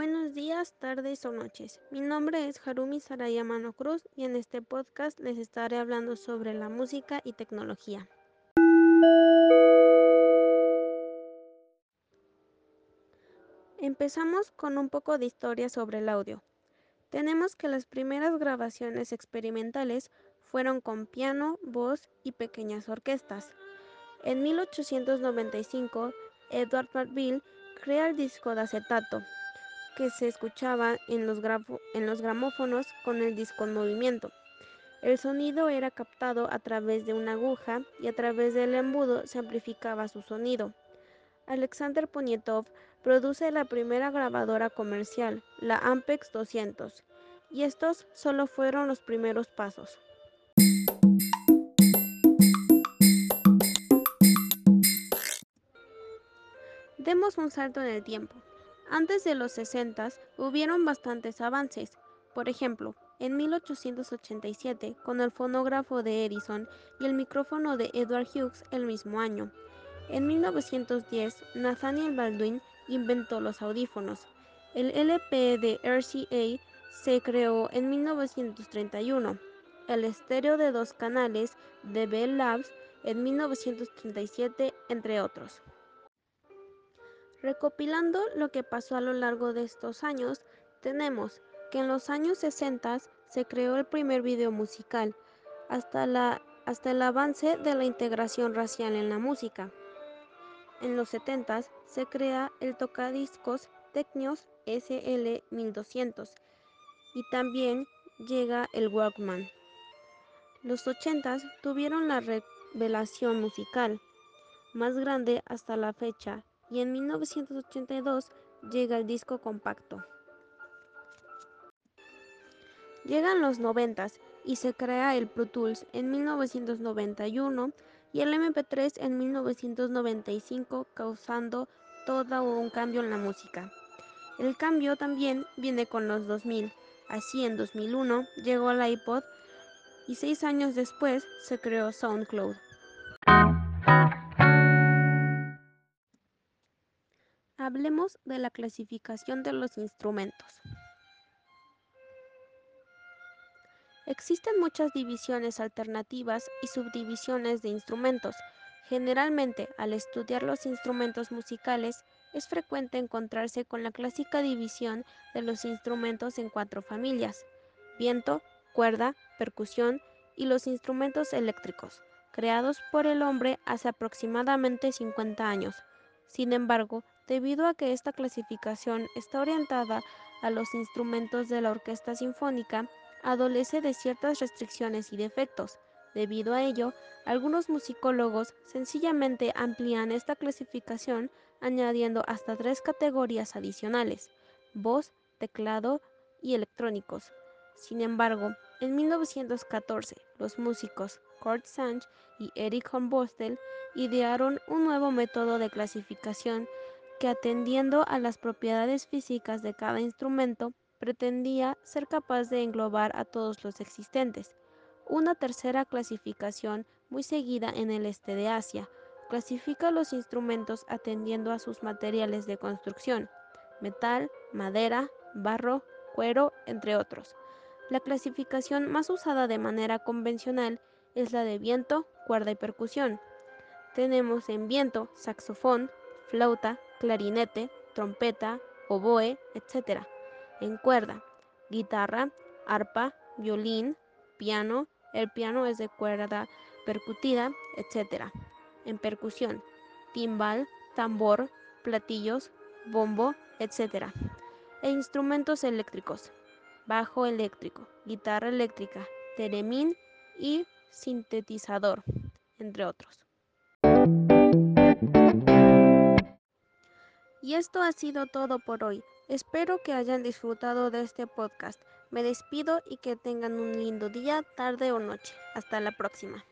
Buenos días, tardes o noches. Mi nombre es Harumi Saraya Mano Cruz y en este podcast les estaré hablando sobre la música y tecnología. Empezamos con un poco de historia sobre el audio. Tenemos que las primeras grabaciones experimentales fueron con piano, voz y pequeñas orquestas. En 1895, Edward Marville crea el disco de acetato, que se escuchaba en los gramófonos con el disco en movimiento. El sonido era captado a través de una aguja y a través del embudo se amplificaba su sonido. Alexander Poniatov produce la primera grabadora comercial, la Ampex 200, y estos solo fueron los primeros pasos. Demos un salto en el tiempo. Antes de los 60 hubieron bastantes avances. Por ejemplo, en 1887 con el fonógrafo de Edison y el micrófono de Edward Hughes el mismo año. En 1910, Nathaniel Baldwin inventó los audífonos. El LP de RCA se creó en 1931. El estéreo de 2 canales de Bell Labs en 1937, entre otros. Recopilando lo que pasó a lo largo de estos años, tenemos que en los años 60 se creó el primer video musical, hasta el avance de la integración racial en la música. En los 70 se crea el tocadiscos Technics SL1200 y también llega el Walkman. Los 80 tuvieron la revelación musical más grande hasta la fecha y en 1982 llega el disco compacto. Llegan los 90 y se crea el Pro Tools en 1991 y el MP3 en 1995, causando todo un cambio en la música. El cambio también viene con los 2000, así en 2001 llegó el iPod y 6 años después se creó SoundCloud. Hablemos de la clasificación de los instrumentos. Existen muchas divisiones alternativas y subdivisiones de instrumentos. Generalmente, al estudiar los instrumentos musicales, es frecuente encontrarse con la clásica división de los instrumentos en 4 familias: viento, cuerda, percusión y los instrumentos eléctricos, creados por el hombre hace aproximadamente 50 años. Sin embargo, debido a que esta clasificación está orientada a los instrumentos de la orquesta sinfónica, adolece de ciertas restricciones y defectos. Debido a ello, algunos musicólogos sencillamente amplían esta clasificación añadiendo hasta 3 categorías adicionales: voz, teclado y electrónicos. Sin embargo, en 1914, los músicos Kurt Sange y Eric Hobsbawm idearon un nuevo método de clasificación que, atendiendo a las propiedades físicas de cada instrumento, pretendía ser capaz de englobar a todos los existentes. Una tercera clasificación, muy seguida en el este de Asia, clasifica los instrumentos atendiendo a sus materiales de construcción: metal, madera, barro, cuero, entre otros. La clasificación más usada de manera convencional es la de viento, cuerda y percusión. Tenemos en viento saxofón, flauta, clarinete, trompeta, oboe, etc. En cuerda, guitarra, arpa, violín, piano, el piano es de cuerda percutida, etc. En percusión, timbal, tambor, platillos, bombo, etc. E instrumentos eléctricos, bajo eléctrico, guitarra eléctrica, teremín y sintetizador, entre otros. Y esto ha sido todo por hoy. Espero que hayan disfrutado de este podcast. Me despido y que tengan un lindo día, tarde o noche. Hasta la próxima.